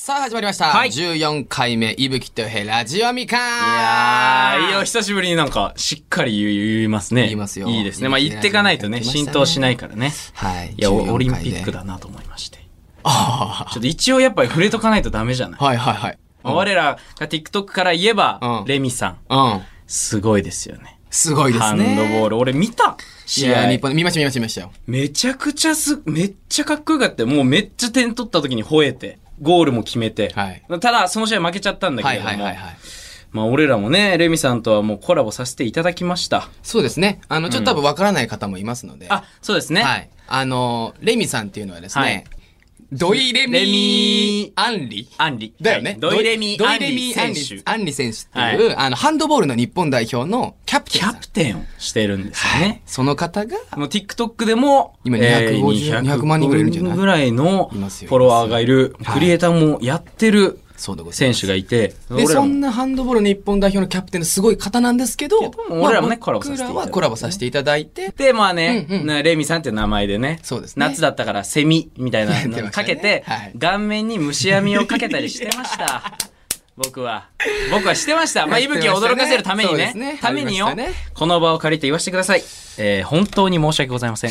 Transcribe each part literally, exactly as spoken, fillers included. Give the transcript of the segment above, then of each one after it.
さあ始まりました、はい、じゅうよんかいめいぶきとよへラジオみかん。 いやーいいよ、久しぶりになんかしっかり言い言いますね。 言いますよ。 いいですね。まあ言ってかないとね、ね浸透しないからね。 はい。 いやオリンピックだなと思いまして。 ああ。 ちょっと一応やっぱり触れとかないとダメじゃない。 はいはいはい。 まあ、我らが TikTok から言えば、うん、レミさん、うん、すごいですよね。 すごいですね。 ハンドボール俺見た。 試合日本見ました見ました見ましたよ。 めちゃくちゃすめっちゃかっこよかったよ。もうめっちゃ点取った時に吠えて。ゴールも決めて、はい、ただその試合負けちゃったんだけれども、はいはいはいはい、まあ俺らもねレミさんとはもうコラボさせていただきました。 そうですね。あのちょっと多分わからない方もいますので、 うん、あそうですね。 はい。あのレミさんっていうのはですね。はい、ドイレミアンリアンリだよね。 ドイレミアンリ選手。 アンリ選手っていう、はい、あの、ハンドボールの日本代表のキャプテンキャプテンをしてるんですよね。はい、 その方が、 もう TikTok でも、 今にひゃくごじゅう、にひゃくまんにんぐらいいるんじゃないぐらいのフォロワーがいる、クリエイターもやってる、選手がいて、 でそんなハンドボール日本代表のキャプテンのすごい方なんですけど、 俺らもね、コラボさせていただいて。 僕らはコラボさせていただいて。 で、まあね、うんうん、レミさんっていう名前でね、 そうですね。 夏だったからセミみたいなのをかけて、はい、顔面に虫網をかけたりしてました。僕は。僕はしてました。まあ、いぶきを驚かせるためにね。ねためによ、ね、この場を借りて言わせてください。えー、本当に申し訳ございません。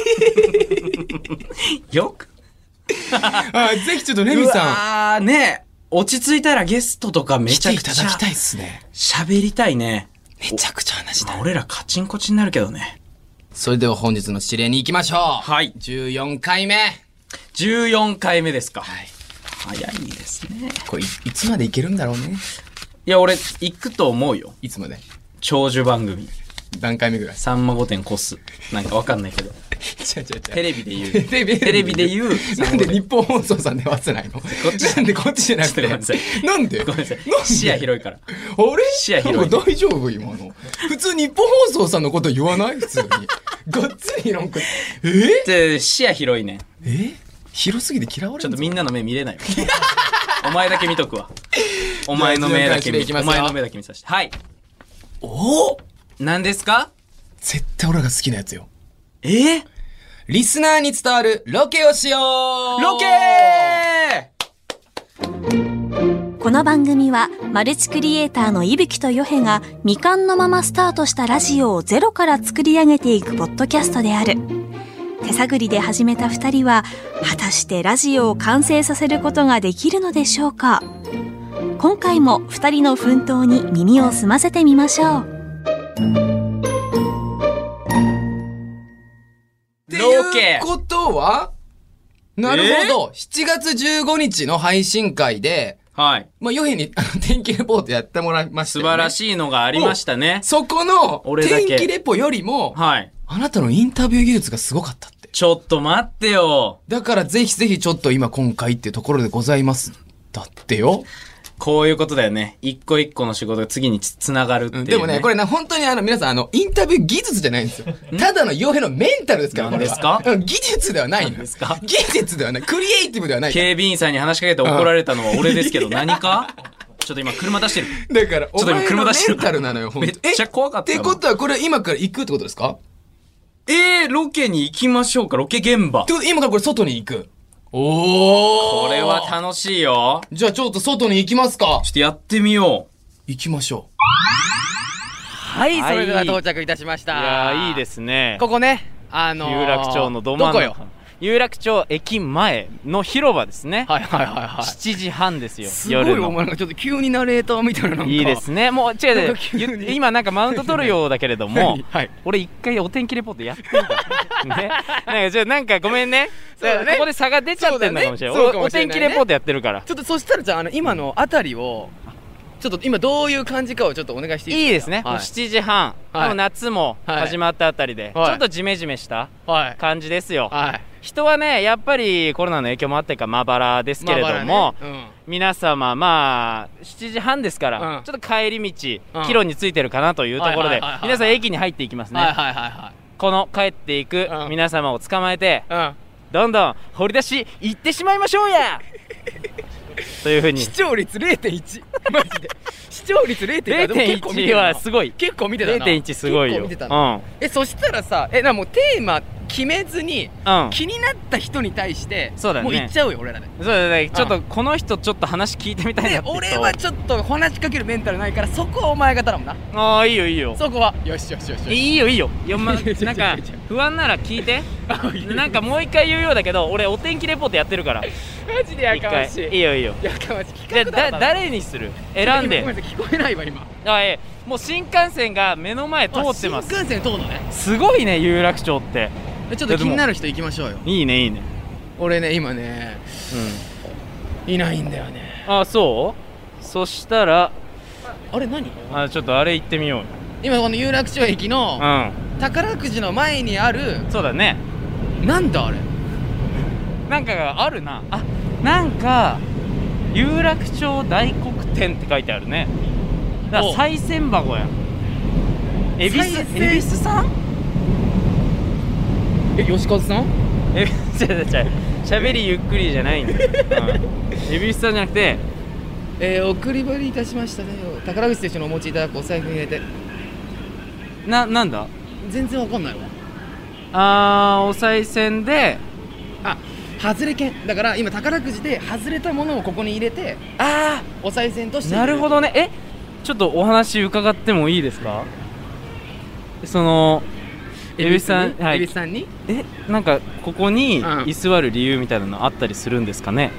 よくあぜひちょっとレミさん。 ああ、ね落ち着いたらゲストとかめちゃくちゃ来ていただきたいっすね。 喋りたいね。 めちゃくちゃ話したい。 まあ、俺らカチンコチンになるけどね。 それでは本日の指令に行きましょう。 はい。 じゅうよんかいめ。 じゅうよんかいめですか。 はい。 早いですね。 これ い, いつまでいけるんだろうね。 いや、俺、行くと思うよ。 いつまで長寿番組。 何回目ぐらいさんまごてん越す。なんかわかんないけど。 違う違う違うテレビで言う。テレビで言う。 なんで日本放送さんで合わせないの？こっちなんでこっちじゃなくて。なんで？ ごめんなさい。視野広いから。 あれ？ 視野広い。 大丈夫今の。普通日本放送さんのこと言わない？普通に。がっつりなんか。 え？視野広いね。 え？広すぎて嫌われる。 ちょっとみんなの目見れないわ。お前だけ見とくわ。お前の目だけ見、お前の目だけ見させて。はい。 おお。何ですか？ 絶対俺が好きなやつよ。 えー、 リスナーに伝わるロケをしよう。 ロケー。この番組はマルチクリエイターのいぶきとよへが未完のままスタートしたラジオをゼロから作り上げていくポッドキャストである。手探りで始めた二人は果たしてラジオを完成させることができるのでしょうか。今回も二人の奮闘に耳を澄ませてみましょう。 ロケっていうことはなるほど、しちがつじゅうごにちの配信会で、 はい。 まあ、ヨヘに天気レポートやってもらいましたよね。 素晴らしいのがありましたね。 そこの天気レポよりも、 はい。 あなたのインタビュー技術がすごかったって。 ちょっと待ってよ。 だからぜひぜひちょっと今今回っていうところでございます。だってよ。 こういうことだよね。一個一個の仕事が次につながるっていう、ね、 でもね、これね、本当にあの、皆さん、あの、インタビュー技術じゃないんですよ。ただの傭兵のメンタルですから、 何ですか？ 技術ではないんですか？技術ではない。クリエイティブではない。 警備員さんに話しかけて怒られたのは俺ですけど、何かちょっと今車出してる。 だから、お前のメンタルなのよ、 めっちゃ怖かった。 ってことは、これ今から行くってことですか？ えー、ロケに行きましょうか、ロケ現場。 ってこと今からこれ外に行く。おー。これは楽しいよ。 じゃあちょっと外に行きますか。 ちょっとやってみよう。 行きましょう。 はい、それでは到着いたしました。 いやー、いいですね。 ここね、あのー、 有楽町のど真ん中。 どこよ？ 有楽町駅前の広場ですね。 はいはいはいはい。 しちじはんですよ。 すごいよ、お前なんかちょっと急にナレーターみたいななんか。 いいですね。もう違う違う。今なんかマウント取るようだけれども、はいはい、俺一回お天気レポートやってるからね。なんかじゃあなんかごめんね。そうだね。ここで差が出ちゃってんのかもしれない。ね、お天気レポートやってるから。 ちょっとそしたらじゃああの今のあたりを。ちょっと今どういう感じかをちょっとお願いしていいですか？ いいですね、はい、もうしちじはん、はい、もう夏も始まったあたりで、はい、ちょっとジメジメした感じですよ、はい、人はねやっぱりコロナの影響もあってかまばらですけれども、ねうん、皆様まあしちじはんですから、うん、ちょっと帰り道、うん、帰路についてるかなというところで皆さん駅に入っていきますね、はいはいはいはい、この帰っていく皆様を捕まえて、うん、どんどん掘り出し行ってしまいましょうやというふうに視聴率 れいてんいち マジで視聴率 れいてんいちはすごい結構見てたなれいてんいち すごいよ結構見てたな、うん、えそしたらさえなもうテーマ決めずに、うん、気になった人に対してそうだ、ね、もう言っちゃうよ俺らで。 そうだね、ちょっとこの人ちょっと話聞いてみたいなって人。 俺はちょっと話しかけるメンタルないから、そこはお前が頼むな。 ああいいよいいよ、 そこはよしよしよしよし、 いいよいいよ。いや、ま、なんか不安なら聞いてなんかもう一回言うようだけど、俺お天気レポートやってるからマジでやかましい。 いいよいいよ、 やかましい。 じゃあだ誰にする、選んで。 ごめんなさい、聞こえないわ今。 あ、ええ、もう新幹線が目の前通ってます。 新幹線通るのね。 すごいね、有楽町って。 ちょっと気になる人行きましょうよ。 いいねいいね。 俺ね今ね、うん、いないんだよね。 あ、そう。そしたらあれ何、 あ、ちょっとあれ行ってみようよ。 今この有楽町駅の、うん、宝くじの前にある。 そうだね。 なんだあれ、 なんかがあるな。あ、なんか有楽町大黒天って書いてあるね。だから賽銭箱や。恵比寿恵比寿さん。 え、吉和さん。 え、違う違う違う、喋りゆっくりじゃないんだよ、うん、恵比寿さんじゃなくて、 えー、送り張りいたしましたね。宝くじと一緒にお持ちいただくお財布に入れて。 な、なんだ、 全然わかんないわ。 あー、お賽銭で、 あ、外れ券だから、今宝くじで外れたものをここに入れて、 あー、お賽銭として。 なるほどね。え、ちょっとお話伺ってもいいですか。その恵比寿さん、 はい、恵比寿さんに、 え、なんかここに居座る理由みたいなのあったりするんですかね。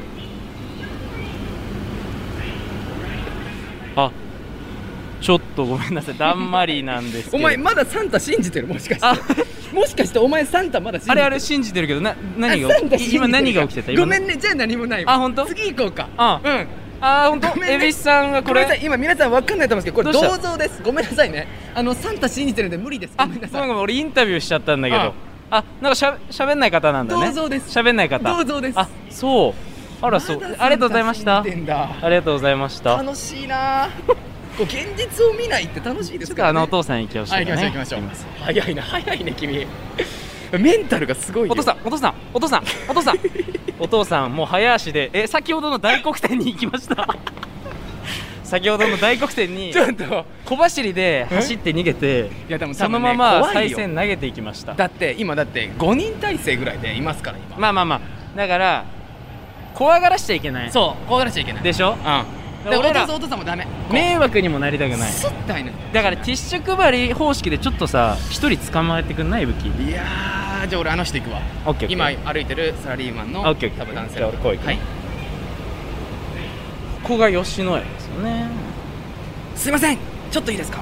あ、ちょっとごめんなさい、だんまりなんですけど。 お前まだサンタ信じてる、もしかしてもしかしてお前サンタまだ信じてる。 あれあれ信じてるけど、な、何が今何が起きてた。 ごめんね、じゃあ何もないわ。 あ、本当。 次行こうか。 あ、 うん、 あー、ほんと。恵比寿さんがこれ、 ごめんなさい、今皆さん分かんないと思うんですけど、これ銅像です。ごめんなさいね、あのサンタ信じてるんで無理です。ごめんなさい。 あ、ごめん、俺インタビューしちゃったんだけど、あ、なんかしゃ喋んない方なんだね。 銅像です。 喋んない方。 銅像です。 あ、そう。あら、そう。ありがとうございました。ありがとうございました。 楽しいな。こう現実を見ないって楽しいですからね。 あのお父さん行きましょうね。 行きましょう行きましょう。早いな早いね君。メンタルがすごいよ。 お父さんお父さんお父さんお父さんお父さんもう早足で、え、先ほどの大黒天に行きました先ほどの大黒天にちょっと小走りで走って逃げて、 いやでもそのまま賽銭投げていきました。 だって今だってごにん体制ぐらいでいますから今。 まあまあまあ、だから怖がらしちゃいけない。 そう、怖がらしちゃいけないでしょ。 うん、で俺らお父さんもダメ、 迷惑にもなりたくない。 すったいね。 だからティッシュ配り方式でちょっとさ、一人捕まえてくんない、武器。 いやー、じゃあ俺あの人行くわ。 オッケー。 今歩いてるサラリーマンの多分男性。 じゃあ俺こう行く。はい。ここが吉野家ですよね。 すいません、ちょっといいですか。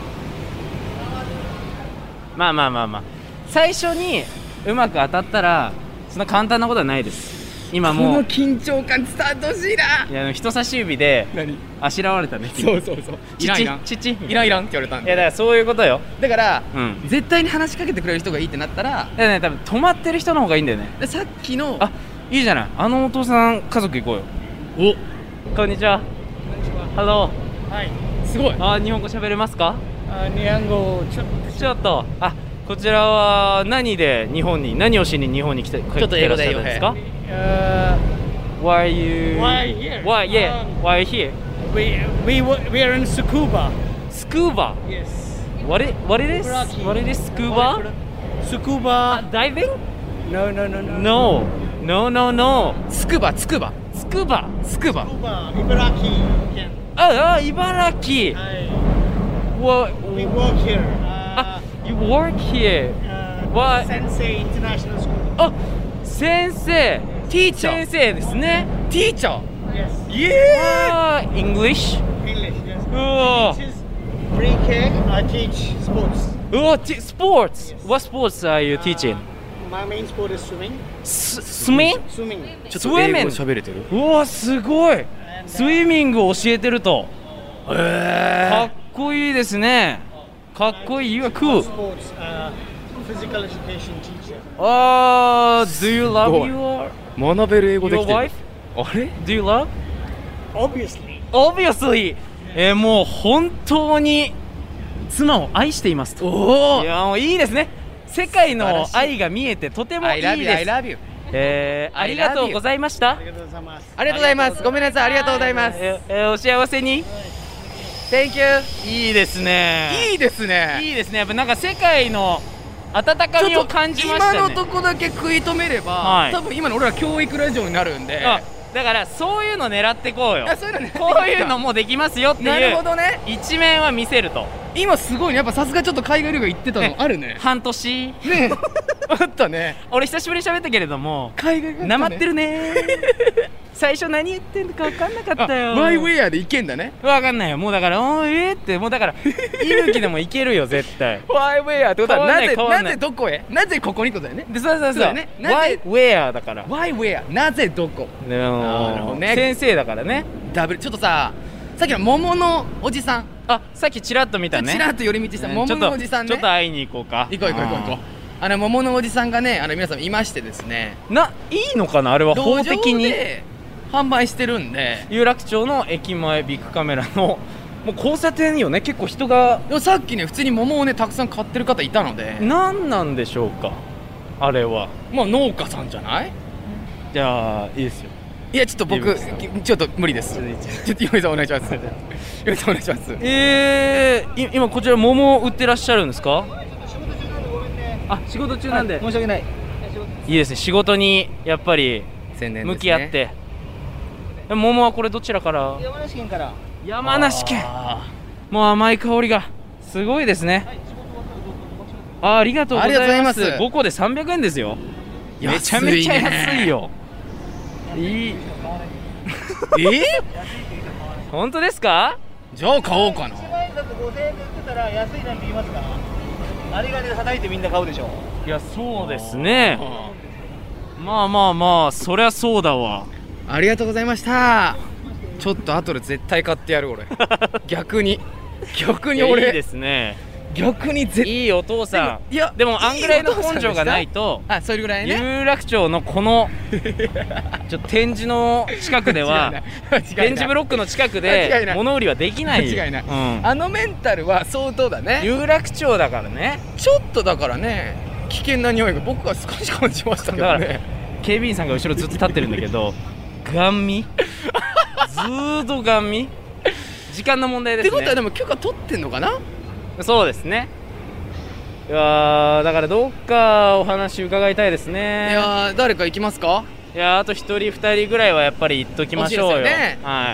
まあまあまあまあ、最初にうまく当たったらそんな簡単なことはないです。今もうこの緊張感伝わってほしいな。 いや、人差し指であしらわれたね。 そうそうそう、 いらんいらん、父いらんいらんって言われたんで。 いや、だからそういうことよ。 だから、 うん、 絶対に話しかけてくれる人がいいってなったら、だからね、多分止まってる人の方がいいんだよね。 でさっきの、 あ、いいじゃない、あのお父さん家族行こうよ。お、こんにちは。ハロー。 はい、すごい。 あ、日本語喋れますか。 あ、日本語ちょっとちょっと。あ、こちらは何で日本に、何をしに日本に来てちょっと英語で言うんですか。Why you? Why here? Why yeah? Um, Why here? We we we are in scuba. Scuba. Yes. What it what it is? What it is scuba? Scuba. Diving? No no no no. No no no no. スクバスクバスクバスクバ。 Scuba. Ibaraki. ああ、茨城。What? We work here. あ、you work here. What? Sensei International School. あ、先生。 ティーチャー。 先生ですね。 ティーチャー。 Yes. イエー。English? English. Yes. うわ。 Pre-K. I teach sports. うわ、sports. What sports are you teaching? My main sport is swimming. Swimming? Swimming. ちょっと英語喋れてる。 うわ、すごい。スイミングを教えてると。へえ。かっこいいですね。かっこいい。You are cool. Sports. Physical education teacher. ああ、Do you love your 学べる英語できてる。 your wife? あれ Do you love? Obviously. Obviously. えー、もう本当に妻を愛していますと。 おお。 いや、もういいですね。世界の愛が見えてとてもいいです。 I love you, I love you. えー、ありがとうございました。 ありがとうございます。 ありがとうございます。ごめんなさい、ありがとうございます。 えーえー、お幸せに。Thank you. いいですね。 いいですね。 いいですね。やっぱなんか世界の温かみを感じましたね。 今のとこだけ食い止めれば、はい、多分今の俺ら教育ラジオになるんで、 だからそういうの狙ってこうよ。 そういうのね、 こういうのもできますよっていう、なるほどね、一面は見せると。 今すごいね、やっぱさすがちょっと海外旅行行ってたのあるね。 半年ねあったね。 俺久しぶりに喋ったけれども海外なまってるね最初何言ってんのか分かんなかったよ。 ワイウェアでいけんだね。 分かんないよ。もうだからおーえーってもうだからいぶきでもいけるよ絶対ワイウェアってことはなぜなぜどこへなぜここにことだよね。 でそうそうそう、ね、ワイウェアだからワイウェアなぜどこでも、ね、先生だからね。 ダブルちょっとさ、さっきの桃のおじさん、 あ、さっきチラッと見たね。 チラッと寄り道した桃のおじさんね。 ちょっと会いに行こうか。 行こう行こう行こう行こう。あの桃のおじさんがね、あの皆さんいましてですね、 ないいのかなあれは法的に販売してるんで、 有楽町の駅前ビッグカメラのもう交差点よね。結構人がさっきね普通に桃をねたくさん買ってる方いたので、 何なんでしょうかあれは。 まあ農家さんじゃない。 じゃあいいですよ。 いやちょっと僕ちょっと無理です。ちょっと岩井さんお願いします岩井さんお願いします。 えー、今こちら桃を売ってらっしゃるんですか。あ、仕事中なんで、 申し訳ない。 いいですね、仕事にやっぱり向き合って。桃はこれどちらから。 山梨県から。 山梨県。もう甘い香りがすごいですね。あ、ありがとうございます。ごこでさんびゃくえんですよ。めちゃめちゃ安いよ。いいえ本当ですか。 じゃあ買おうかな。 いちまんえんだとごせんえんで売ってたら安いなんて言いますか。あれがね叩いてみんな買うでしょ。 いやそうですね。まあまあまあそりゃそうだわ。 ありがとうございました。ちょっと後で絶対買ってやる俺逆に逆に俺いいですね。 逆に絶いいお父さん。いやでもあんぐらいの根性がないと、 あ、それぐらいね、 有楽町のこのちょっと展示の近くでは展示ブロックの近くで物売りはできない。 間違いない、うん、あのメンタルは相当だね。 有楽町だからね。 ちょっとだからね危険な匂いが僕は少し感じましたけどね。 警備員さんが後ろずっと立ってるんだけどガン見ずーっとガン見。時間の問題ですね。 ってことはでも許可取ってんのかな。 そうですね。いやだからどっかお話伺いたいですね。 いや誰か行きますか。 いやあとひとりふたりぐらいはやっぱり行っときましょうよ。ね、はい、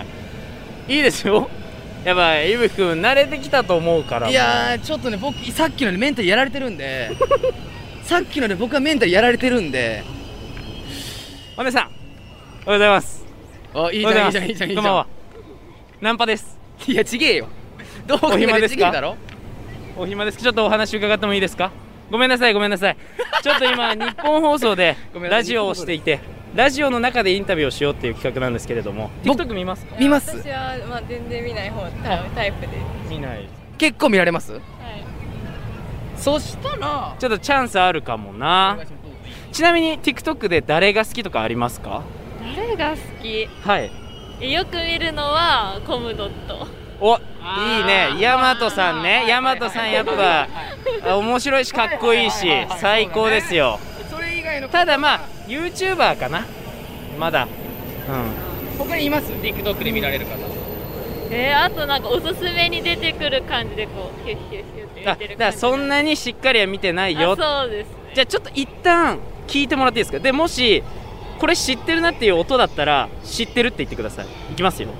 いいですよ。やっぱいぶきくん慣れてきたと思うから。 いやーちょっとね僕さっきのでメンタルやられてるんでさっきので僕はメンタルやられてるんで。 おめさんおはようございます。 あ、いいじゃんいいじゃんいいじゃんいいじゃん。 こんばんは。ナンパです。 いやちげえよ。どうお暇ですか。 だろお暇ですか。ちょっとお話伺ってもいいですか。ごめんなさいごめんなさいちょっと今日本放送でラジオをしていてラジオの中でインタビューをしようっていう企画なんですけれども、 TikTok 見ますか。 見ます。 私は、まあ、全然見ない方タイプで。 見ない。 結構見られます。はい。 そしたらちょっとチャンスあるかもな。ちなみに TikTok で誰が好きとかありますか。 誰が好き。 はい。 よく見るのはコムドット。 お、いいね。ヤマトさんね。ヤマトさんやっぱ面白いしかっこいいし最高ですよ。ただまあ YouTuber かなまだ。 うん。他にいます TikTok で見られる方。 えー、あとなんかおすすめに出てくる感じでこうヒュッヒュッヒュッって言ってる感じ。 だからそんなにしっかりは見てないよ。 そうですね。 じゃあちょっと一旦聞いてもらっていいですか。でもしこれ知ってるなっていう音だったら知ってるって言ってください。いきますよ。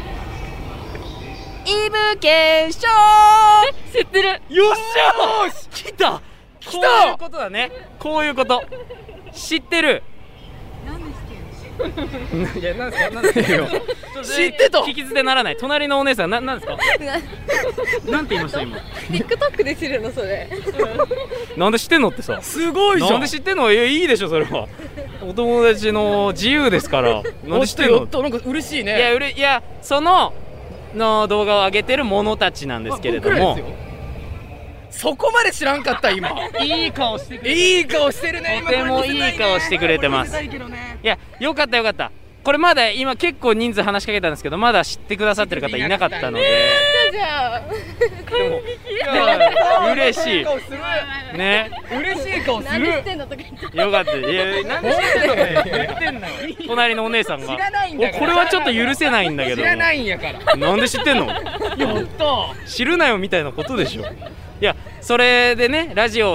イブケンショー。 知ってる。 よっしゃー来た来た。こういうことだね。こういうこと知ってる。 なんで知ってるの。 いやなんですかなんですか知ってた。 聞き捨てならない。隣のお姉さんななんですかなんて言いました今。 TikTok で知るのそれなんで知ってんのってさ。 すごいじゃん。 なんで知ってんの。いやいいでしょそれは。お友達の自由ですからなんで知ってんの。 なんか嬉しいね。 いやうれいやそのの動画を上げてる者たちなんですけれども、 そこまで知らんかった今。 いい顔してくれいい顔してるね。 とてもいい顔してくれてます。いやよかったよかった。これまだ今結構人数話しかけたんですけどまだ知ってくださってる方いなかったので、 じゃあでも嬉しいね。 嬉しい顔する。 何してんのとか言ってよかった。いやなんで知ってんの言ってんのよ。隣のお姉さんが知らないんだから。 これはちょっと許せないんだけど。 知らないんやからなんで知ってんの。 やった知るなよみたいなことでしょ。いやそれでねラジオ行った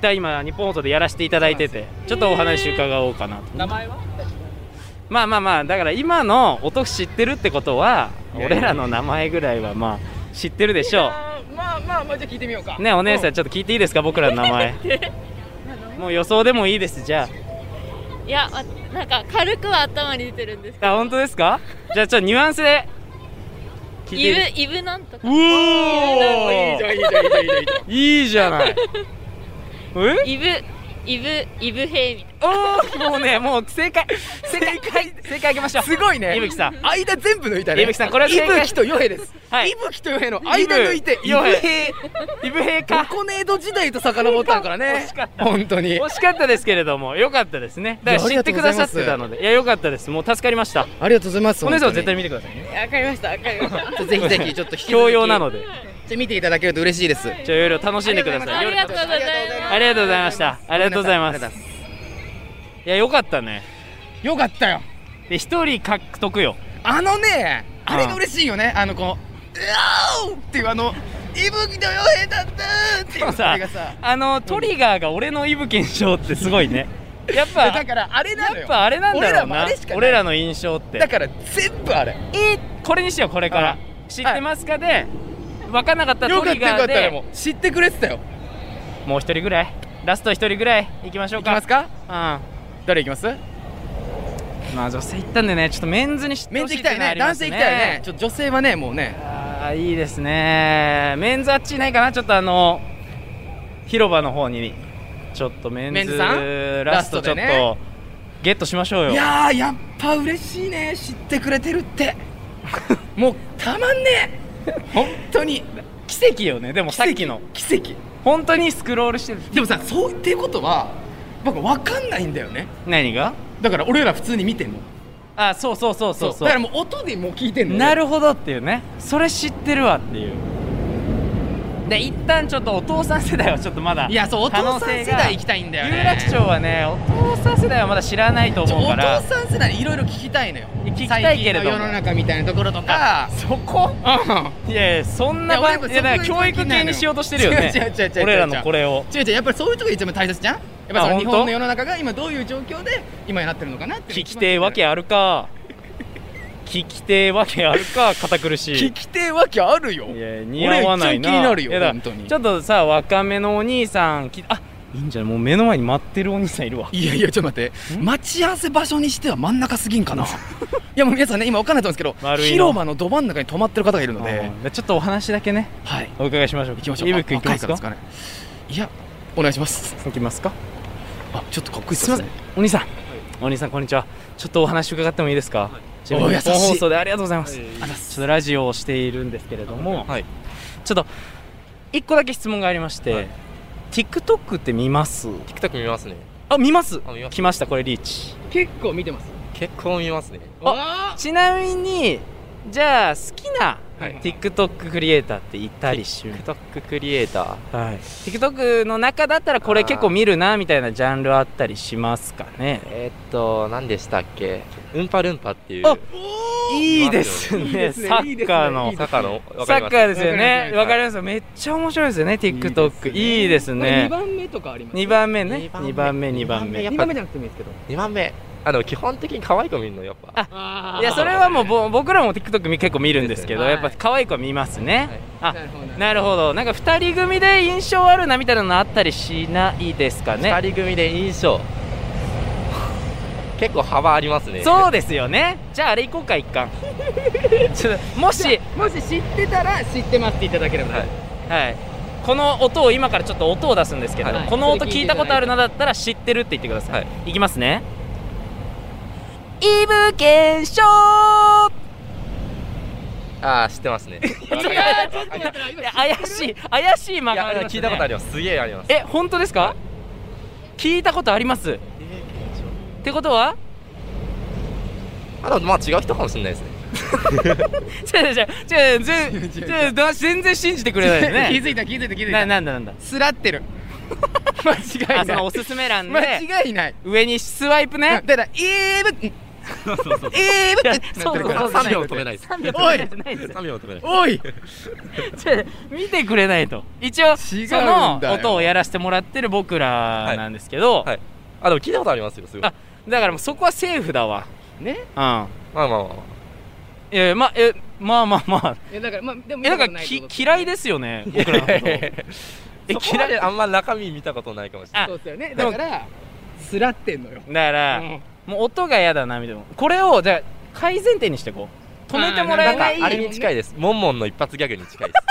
ター今日本放送でやらせていただいてて、ちょっとお話伺おうかなと。 名前は？ まあまあまあ、だから今の音知ってるってことは俺らの名前ぐらいはまあ知ってるでしょう。まあまあまあ、じゃあ聞いてみようかね。お姉さんちょっと聞いていいですか、僕らの名前もう予想でもいいです。じゃあいや、なんか軽くは頭に出てるんですけど。 あ、本当ですか？じゃあちょっとニュアンスで聞いてイブ、イブなんとか。 うおー、 いいじゃんいいじゃんいいじゃんいいじゃんいいじゃないえイブ、イブ、イブ兵みたいな。 おー、もうね、もう正解正解正解あげましょう。 すごいね。 いぶきさん、 間全部抜いたね。 いぶきさん、これは正解。 いぶきとヨヘです。 はい、 いぶきとヨヘの間抜いてイブ兵。 イブ兵か。 箱根江戸時代と遡ったからね。 惜しかった、 本当に惜しかったですけれども、良かったですね。だから知ってくださってたので、いや良かったです。もう助かりました。 ありがとうございます。 お姉さんは絶対見てくださいね。 わかりました、わかりました。 ぜひぜひちょっと教養なので、 じゃ見ていただけると嬉しいです。 じゃあ夜楽しんでください。 ありがとうございます。 ありがとうございました。ありがとうございます。いや、良かったね。 よかったよ。 で一人獲得よ。 あのね、あれが嬉しいよね。あのこのうわーっていうあのいぶきとヨヘだったっていうさ、あのトリガーが俺のいぶきにしようってすごいね。やっぱだからあれなのよ。 やっぱあれなんだろうな。 俺俺らの印象って。 だから全部あれ。 え、これにしよう。これから知ってますかで分かんなかったトリガーで知ってくれてたよ。 もう一人ぐらい、ラスト一人ぐらい行きましょうか。 行きますか。 うん。 誰行きます？ まあ女性行ったんでね、ちょっとメンズに知ってほしいっていうのはありますね。 メンズ行きたいね。男性行きたいね。ちょっと女性はね、もうね。 ああ、いいですね。メンズあっちいないかな。ちょっとあの広場の方にちょっとメンズラストちょっとゲットしましょうよ。 いやー、やっぱ嬉しいね、知ってくれてるってもうたまんねえ本当に奇跡よね。でもさっきの奇跡、 本当にスクロールしてる。 でもさ、そうっていうことは僕分かんないんだよね。 何が？ だから俺ら普通に見てんの。 あ、そうそうそうそうそう。 だからもう音でもう聞いてんの。 なるほどっていうね。それ知ってるわっていう。で一旦ちょっとお父さん世代はちょっとまだ、 いや、そう、お父さん世代行きたいんだよね。 有楽町はね、お父さん世代はまだ知らないと思うから、 お父さん世代にいろいろ聞きたいのよ。 聞きたいけれども、 世の中みたいなところとか。 そこ、うん、いやいや、そんな番組教育系にしようとしてるよね。 違う違う違う違う、 俺らのこれを。 違う違う、やっぱりそういうとこが一番大切じゃん。やっぱその日本の世の中が今どういう状況で今になってるのかなって。 聞きてえわけあるか聞きてえわけあるか、堅苦しい。 聞きてえわけあるよ。 いや、似合わないな。 俺一番気になるよ、本当に。 ちょっとさ、若めのお兄さん、あ、いいんじゃない、もう目の前に待ってるお兄さんいるわ。 いやいや、ちょっと待って、待ち合わせ場所にしては真ん中すぎんかないや、もう皆さんね、今分かんないと思うんですけど、広場のど真ん中に止まってる方がいるので、 ちょっとお話だけね、はい、お伺いしましょう。 行きましょう。 イブ君行きますか？ いや、お願いします。 行きますか？ あ、ちょっとかっこいいですね。 すみません、お兄さん、お兄さんこんにちは。ちょっとお話伺ってもいいですか？ お優しい。 本放送でありがとうございます。ちょっとラジオをしているんですけれども、はい、ちょっと一個だけ質問がありまして、はい、TikTok って見ます？ TikTok 見ますね。 あ、見ます。来ました、これリーチ。 結構見てます。 結構見ますね。 あ、ちなみにじゃあ好きな TikTok クリエイターっていたりします？ TikTok クリエイター、 はい、TikTok の中だったらこれ結構見るなみたいなジャンルあったりしますかね？ えー、っと何でしたっけ、ウンパルンパっていう。 あ、いいですね。サッカーのサッカーのサッカーですよね。わかります。めっちゃ面白いですよね。 TikTok いいですね。 にばんめとかあります？ にばんめね。にばんめにばんめにばんめじゃなくてもいいですけど、 にばんめ、あの基本的に可愛い子見るのやっぱ。 あ、いや、それはもうぼ僕らも TikTok 結構見るんですけど、やっぱ可愛い子は見ますね。あ、なるほど。なんかふたり組で印象あるなみたいなのあったりしないですかね？ ふたり組で印象結構幅ありますね。 そうですよね。じゃああれ行こうか、一貫ちょっともしもし知ってたら知ってますっていただければ、はい、 はい、この音を今からちょっと音を出すんですけど、はい、この音聞いたことあるのだったら知ってるって言ってください。はい、いきますね。イブ検証。 ああ、知ってますね。 怪しい怪しい間がありますね。 聞いたことあります。すげえあります。 え、本当ですか？聞いたことあります。ってことは、 あ、でもまあ違う人かもしれないですね。 違う違う違う全然全然信じてくれないですね。 気づいた気づいた気づいた。 な、なんだなんだ。 スラってる。間違いない。 あ、そのおすすめ欄で間違いない。 上にスワイプね。 だからイブえー待って、 そうそうそう、 さんびょう止めないです。 さんびょう止めないじゃないですよ。 さんびょう止めない。 おい見てくれないと。一応その音をやらせてもらってる僕らなんですけど、 はいはい、あでも聞いたことありますよ。すごい。 あだからもうそこはセーフだわね。うん、まあまあまあえー、まえまあまあまあえだからまあでもえだからき嫌いですよね僕らのこと。え嫌いであんま中身見たことないかもしれない。 そうですよね。だからすらってんのよ。 だから、うん、もう音が嫌だなみたいな。これをじゃあ改善点にしてこう止めてもらえない。 あれに近いです。モンモンの一発ギャグに近いです。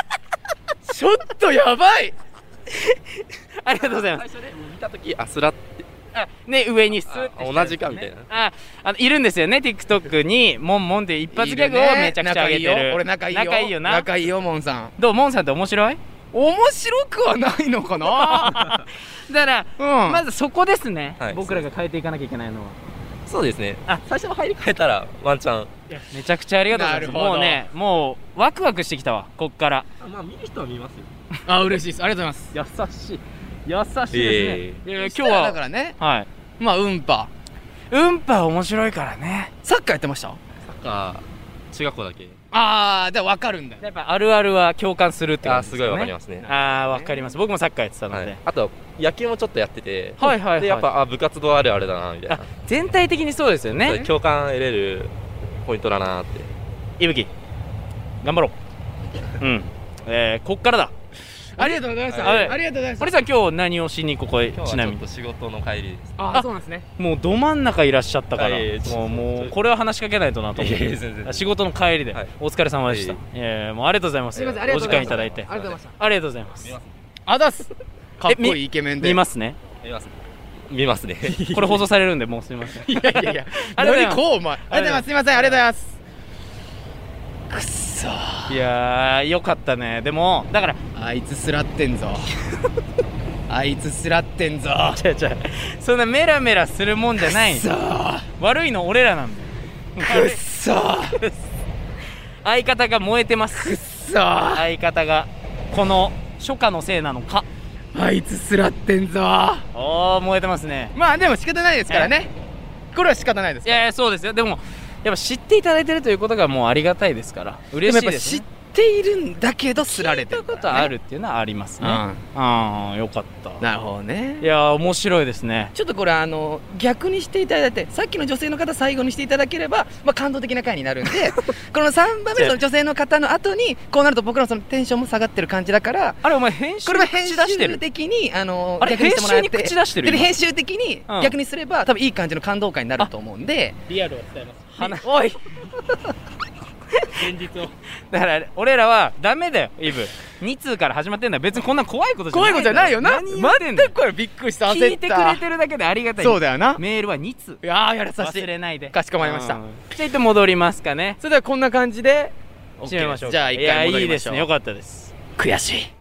ちょっとやばいありがとうございます。 最初ね見た時あすらってあね上にスッて、 ね、同じかみたいな。 ああのいるんですよね TikTok にモンモンって一発ギャグをめちゃくちゃ上げてる。 俺仲いいよ。 仲いいよな。 仲いいよモンさん。 どうモンさんって面白い？ 面白くはないのかなだから、うん、まずそこですね、 はい、 僕らが変えていかなきゃいけないのは。 そうですね。あ最初の入り変えたらワンチャンめちゃくちゃありがとうございます。もうねもうワクワクしてきたわこっから。 まあ見る人は見ますよ。 あ嬉しいです。ありがとうございます。優しい優しいですね、えー、いや今日はだからね、 はいまあうんぱうんぱ面白いからね。 サッカーやってました？ サッカー中学校だけ。 ああでも分かるんだよ。 やっぱあるあるは共感するって感じですよね。 あすごい分かりますね。 ああ分かります。僕もサッカーやってたので、はい、 あと野球もちょっとやってて、 はいはいはい、 でやっぱあ部活動あるあるだなみたいな。 全体的にそうですよね。 共感得れるポイントだなって。 いぶき頑張ろう。うんえー、こっからだ。 ありがとうございました。 はい、 ありがとうございました。 堀さん今日何をしにここへ？ちなみにちょっと仕事の帰りです。 あ、そうなんですね。 もうど真ん中いらっしゃったから、 はい、 もうもうこれは話しかけないとなと思って。仕事の帰りで、はい、お疲れ様でした。えー、もうありがとうございます。 すみません、ありがとうございます。 お時間いただいて。 ありがとうございました。 ありがとうございます。 あざす。かっこいいイケメンで。 見ますね。見ます。見ますね。 これ放送されるんでもうすみません。 いやいやいや。ありがとうございます。こうお前。ありがとうございます。すみません、ありがとうございます。くっそー。いやーよかったね。でもだからあいつすらってんぞ。あいつすらってんぞ。 違う違う。そんなメラメラするもんじゃない。悪いの俺らなんだよ。 くっそー。 相方が燃えてます。 くっそー。 相方がこの初夏のせいなのか。 あいつすらってんぞー。 おー燃えてますね。 まあでも仕方ないですからね。これは仕方ないですから。 いやいやそうですよ。でもやっぱ知っていただいてるということがもうありがたいですから嬉しいですね。 知っているんだけどすられてる聞いたことあるっていうのはありますね。ああよかった。 なるほどね。 いや面白いですね。 ちょっとこれあの逆にしていただいてさっきの女性の方最後にしていただければ、まあ、感動的な回になるんでこのさんばんめの女性の方の後にこうなると僕らのそのテンションも下がってる感じだからあれお前編集これは編集的にあのあれ逆にしてもらって編集に口出してる編集的に逆にすれば、うん、多分いい感じの感動回になると思うんでリアルを伝えます。おい現実をだから俺らはダメだよイブに通から始まってんだよ。別にこんな怖いことじゃない。 怖いことじゃないよな。 全くこれびっくりした焦った。 聞いてくれてるだけでありがたい。 そうだよな。 メールはに通。 いやーやらさせて忘れないで。 かしこまりました。 じゃあ戻りますかね。 それではこんな感じで締めましょう。 じゃあ一回戻りましょう。 いいですねよかったです。 悔しい。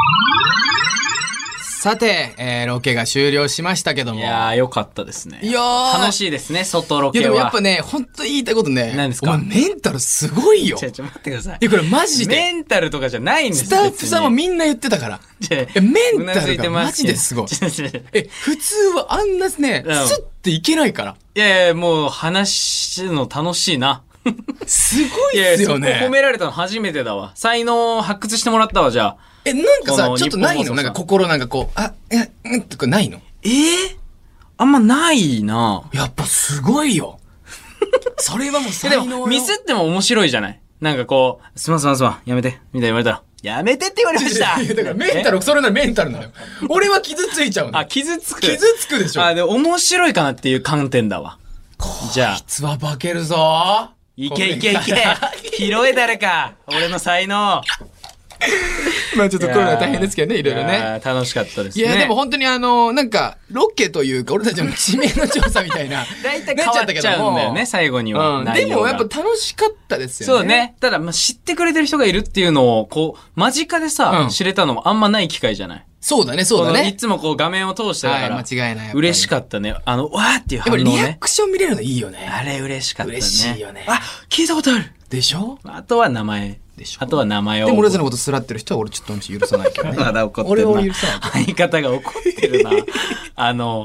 さて、えー、ロケが終了しましたけども。 いやー、よかったですね。 いやー。 楽しいですね、外ロケは。 いやでもやっぱね、ほんと言いたいことね。 何ですか？ お前メンタルすごいよ。 ちょ、ちょ、待ってください。 いや、これマジで。 メンタルとかじゃないんですよ。 スタッフさんもみんな言ってたから。いや、メンタルがマジですごい。え、普通はあんなね、スッていけないから。 いやいや、もう話すの楽しいな。 すごいっすよね。 いや、そこ褒められたの初めてだわ。才能発掘してもらったわ、じゃあ。 え、なんかさ、ちょっとないの？なんか心なんかこう、あ、いや、うんとかないの？ えー、あんまないな。 やっぱすごいよ。それはもう才能よ。 でも、ミスっても面白いじゃない。なんかこう、すまんすまんすまん、やめて、みたいな言われたら、やめてって言われました。 いや、だからメンタル、それならメンタルなのよ。俺は傷ついちゃうの。 あ、傷つく。 傷つくでしょ。 あ、でも面白いかなっていう観点だわ。 じゃあ。こいつは化けるぞ。 いけいけいけ。拾え誰か。俺の才能。 まあちょっとコロナ大変ですけどね、いろいろね。 楽しかったですね。 いや、でも本当にあの、なんか、ロケというか、俺たちの地名の調査みたいな。 大体変わっちゃうんだよね、最後には。 うん。でもやっぱ楽しかったですよね。 そうね。ただ、まあ知ってくれてる人がいるっていうのを、こう、間近でさ、知れたのもあんまない機会じゃない。 そうだね、そうだね。 いつもこう画面を通してたから。 はい、間違いない。 嬉しかったね。あの、わーっていう反応ね。 やっぱリアクション見れるのいいよね。 あれ嬉しかったね。 嬉しいよね。 あ、聞いたことある。 でしょ？ あとは名前。でしょ。あとは名前を。 でも俺たちのことすらってる人は俺ちょっと許さないけどね。 まだ怒ってるな。 俺を許さない。 相方が怒ってるな。あの、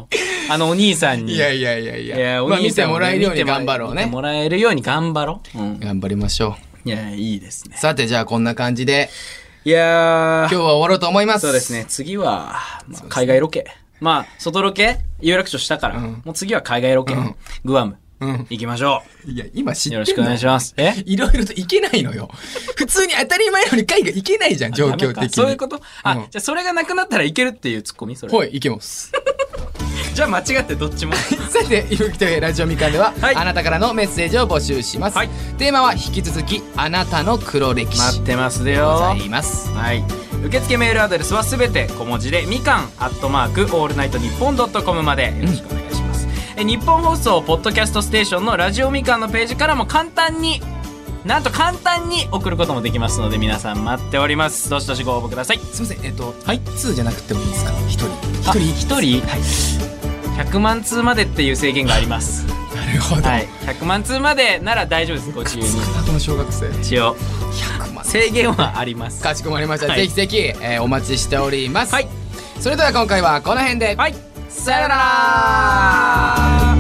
あのお兄さんに。 いやいやいやいや、 いやお兄さんまあ、見てもらえるように頑張ろうね。 見てもらえるように頑張ろう、うん、 頑張りましょう。いやいいですね。 さてじゃあこんな感じでいやー今日は終わろうと思います。 そうですね。次は、まあ、海外ロケ、まあ外ロケ有楽町したから、うん、もう次は海外ロケ、うん、グアム、うん、行きましょう。 いや今知ってんのよろしくお願いします。えいろいろと行けないのよ。普通に当たり前のように海外行けないじゃん、状況的に。 そういうこと。あ、うん、じゃあそれがなくなったらいけるっていうツッコミそれ。 はい、いけますじゃあ間違ってどっちもさていぶきとよへラジオみかんでは、はい、あなたからのメッセージを募集します、はい、テーマは引き続きあなたの黒歴史待ってますよ。 ございます。 はい、受付メールアドレスはすべて小文字でみかんアットマークオールナイトニッポンドットコムまでよろしくお願いします、うん、え日本放送ポッドキャストステーションのラジオみかんのページからも簡単になんと簡単に送ることもできますので皆さん待っております。どしどしご応募ください。 すいません、えっとはい通じゃなくてもいいですか。一人一人一人、はい、ひゃくまん通までっていう制限があります。 なるほど、はい、 ひゃくまん通までなら大丈夫です。ご自由に。 この小学生一応ひゃくまん制限はあります。 かしこまりました、はい、ぜひぜひ、えー、お待ちしております、はい、それでは今回はこの辺で、 はい、 さよなら。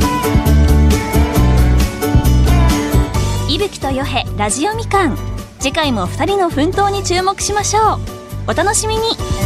いぶきとよへラジオみかん、次回もふたりの奮闘に注目しましょう。お楽しみに。